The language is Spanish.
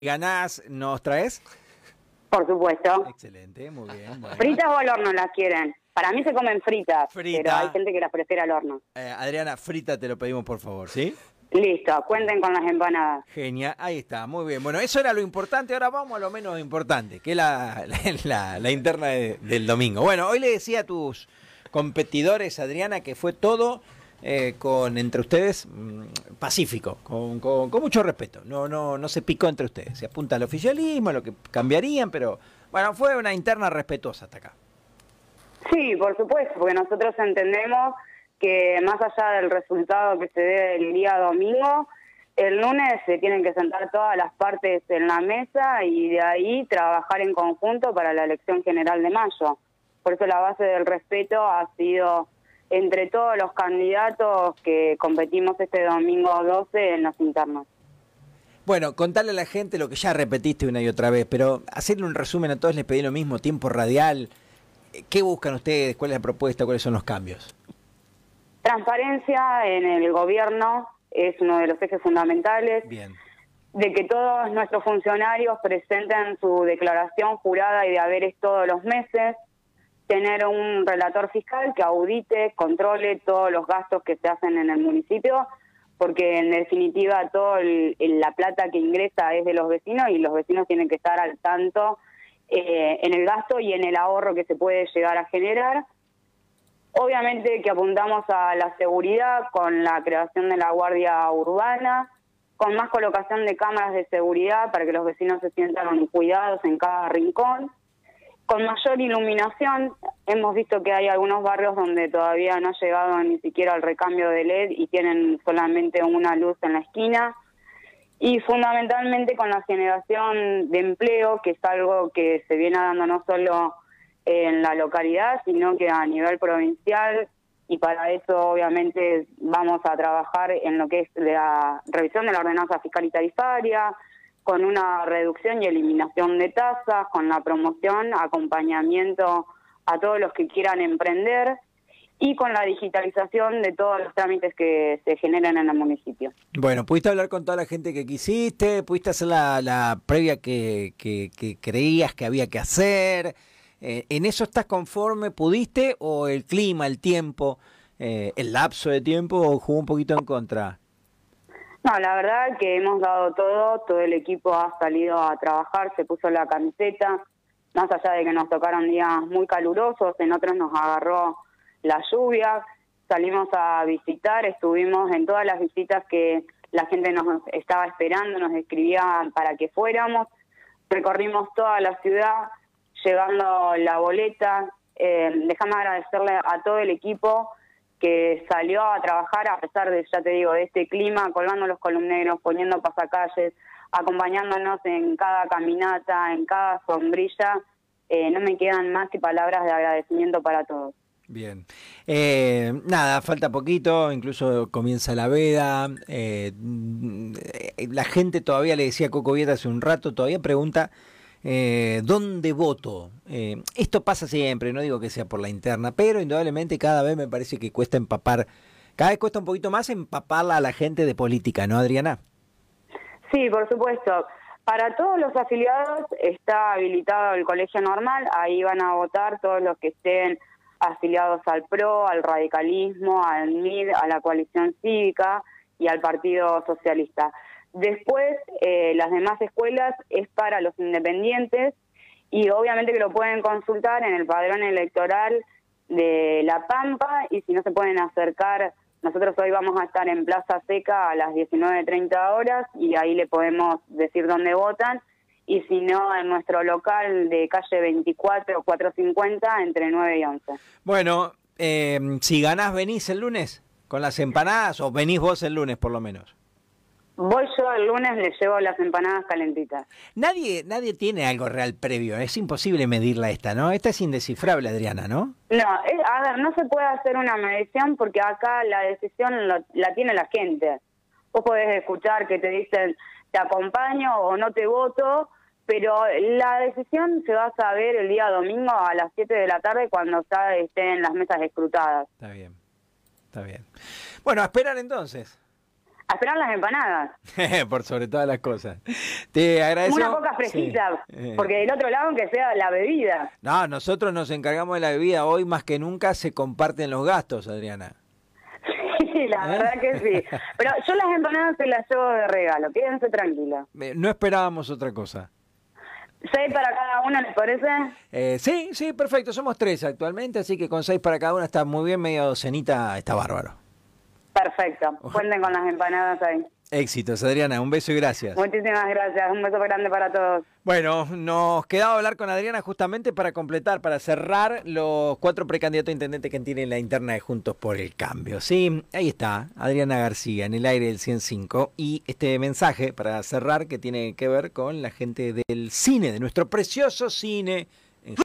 Ganás, ¿nos traes? Por supuesto. Excelente, muy bien. Bueno. ¿Fritas o al horno las quieren? Para mí se comen fritas, pero hay gente que las prefiere al horno. Adriana, frita te lo pedimos por favor, ¿sí? Listo, cuenten con las empanadas. Genial, ahí está, muy bien. Bueno, eso era lo importante, ahora vamos a lo menos importante, que es la interna del domingo. Bueno, hoy le decía a tus competidores, Adriana, que fue todo entre ustedes pacífico, con mucho respeto. No se picó entre ustedes. Se apunta al oficialismo, a lo que cambiarían, pero bueno, fue una interna respetuosa hasta acá. Sí, por supuesto, porque nosotros entendemos que más allá del resultado que se dé el día domingo, el lunes se tienen que sentar todas las partes en la mesa y de ahí trabajar en conjunto para la elección general de mayo. Por eso la base del respeto ha sido entre todos los candidatos que competimos este domingo 12 en los internos. Bueno, contarle a la gente lo que ya repetiste una y otra vez, pero hacerle un resumen a todos, les pedí lo mismo, tiempo radial. ¿Qué buscan ustedes? ¿Cuál es la propuesta? ¿Cuáles son los cambios? Transparencia en el gobierno es uno de los ejes fundamentales. Bien. De que todos nuestros funcionarios presenten su declaración jurada y de haberes todos los meses. Tener un relator fiscal que audite, controle todos los gastos que se hacen en el municipio, porque en definitiva toda la plata que ingresa es de los vecinos y los vecinos tienen que estar al tanto en el gasto y en el ahorro que se puede llegar a generar. Obviamente que apuntamos a la seguridad con la creación de la Guardia Urbana, con más colocación de cámaras de seguridad para que los vecinos se sientan cuidados en cada rincón, con mayor iluminación. Hemos visto que hay algunos barrios donde todavía no ha llegado ni siquiera el recambio de LED y tienen solamente una luz en la esquina. Y fundamentalmente con la generación de empleo, que es algo que se viene dando no solo en la localidad, sino que a nivel provincial, y para eso obviamente vamos a trabajar en lo que es la revisión de la ordenanza fiscal y tarifaria, con una reducción y eliminación de tasas, con la promoción, acompañamiento a todos los que quieran emprender y con la digitalización de todos los trámites que se generan en el municipio. Bueno, ¿pudiste hablar con toda la gente que quisiste? ¿Pudiste hacer la previa que creías que había que hacer? ¿En eso estás conforme? ¿Pudiste o el clima, el tiempo, el lapso de tiempo jugó un poquito en contra? No, la verdad que hemos dado todo el equipo ha salido a trabajar, se puso la camiseta, más allá de que nos tocaron días muy calurosos, en otros nos agarró la lluvia, salimos a visitar, estuvimos en todas las visitas que la gente nos estaba esperando, nos escribía para que fuéramos, recorrimos toda la ciudad, llevando la boleta. Déjame agradecerle a todo el equipo que salió a trabajar a pesar de, ya te digo, de este clima, colgando los columneros, poniendo pasacalles, acompañándonos en cada caminata, en cada sombrilla. No me quedan más que palabras de agradecimiento para todos. Bien. Nada, falta poquito, incluso comienza la veda. La gente todavía, le decía a Coco Vieta hace un rato, todavía pregunta ¿dónde voto? Esto pasa siempre, no digo que sea por la interna, pero indudablemente cada vez me parece que cuesta empapar, cada vez cuesta un poquito más empaparla a la gente de política, ¿no, Adriana? Sí, por supuesto. Para todos los afiliados está habilitado el colegio normal, ahí van a votar todos los que estén afiliados al PRO, al radicalismo, al MID, a la coalición cívica y al Partido Socialista. Después, las demás escuelas es para los independientes y obviamente que lo pueden consultar en el padrón electoral de La Pampa, y si no se pueden acercar, nosotros hoy vamos a estar en Plaza Seca a las 19:30 horas y ahí le podemos decir dónde votan, y si no, en nuestro local de calle 24, 450, entre 9 y 11. Bueno, si ganás, ¿venís el lunes con las empanadas o venís vos el lunes por lo menos? Voy yo el lunes, le llevo las empanadas calentitas. Nadie tiene algo real previo, es imposible medirla esta, ¿no? Esta es indescifrable, Adriana, ¿no? No, a ver, no se puede hacer una medición porque acá la decisión la tiene la gente. Vos podés escuchar que te dicen te acompaño o no te voto, pero la decisión se va a saber el día domingo a las 7 de la tarde cuando ya estén las mesas escrutadas. Está bien, está bien. Bueno, a esperar entonces. A esperar las empanadas. Por sobre todas las cosas. Te agradezco. Una coca fresquita, Sí. porque del otro lado, aunque sea la bebida. No, nosotros nos encargamos de la bebida. Hoy más que nunca se comparten los gastos, Adriana. Sí, la verdad que sí. Pero yo las empanadas se las llevo de regalo, quédense tranquilas. No esperábamos otra cosa. 6 para cada una, ¿les parece? Sí, perfecto. Somos 3 actualmente, así que con 6 para cada una está muy bien. Media docenita está bárbaro. Perfecto. Cuenten con las empanadas ahí. Éxitos, Adriana. Un beso y gracias. Muchísimas gracias. Un beso grande para todos. Bueno, nos quedaba hablar con Adriana justamente para completar, para cerrar los 4 precandidatos a intendente que tiene la interna de Juntos por el Cambio. Sí, ahí está, Adriana García, en el aire del 105. Y este mensaje para cerrar que tiene que ver con la gente del cine, de nuestro precioso cine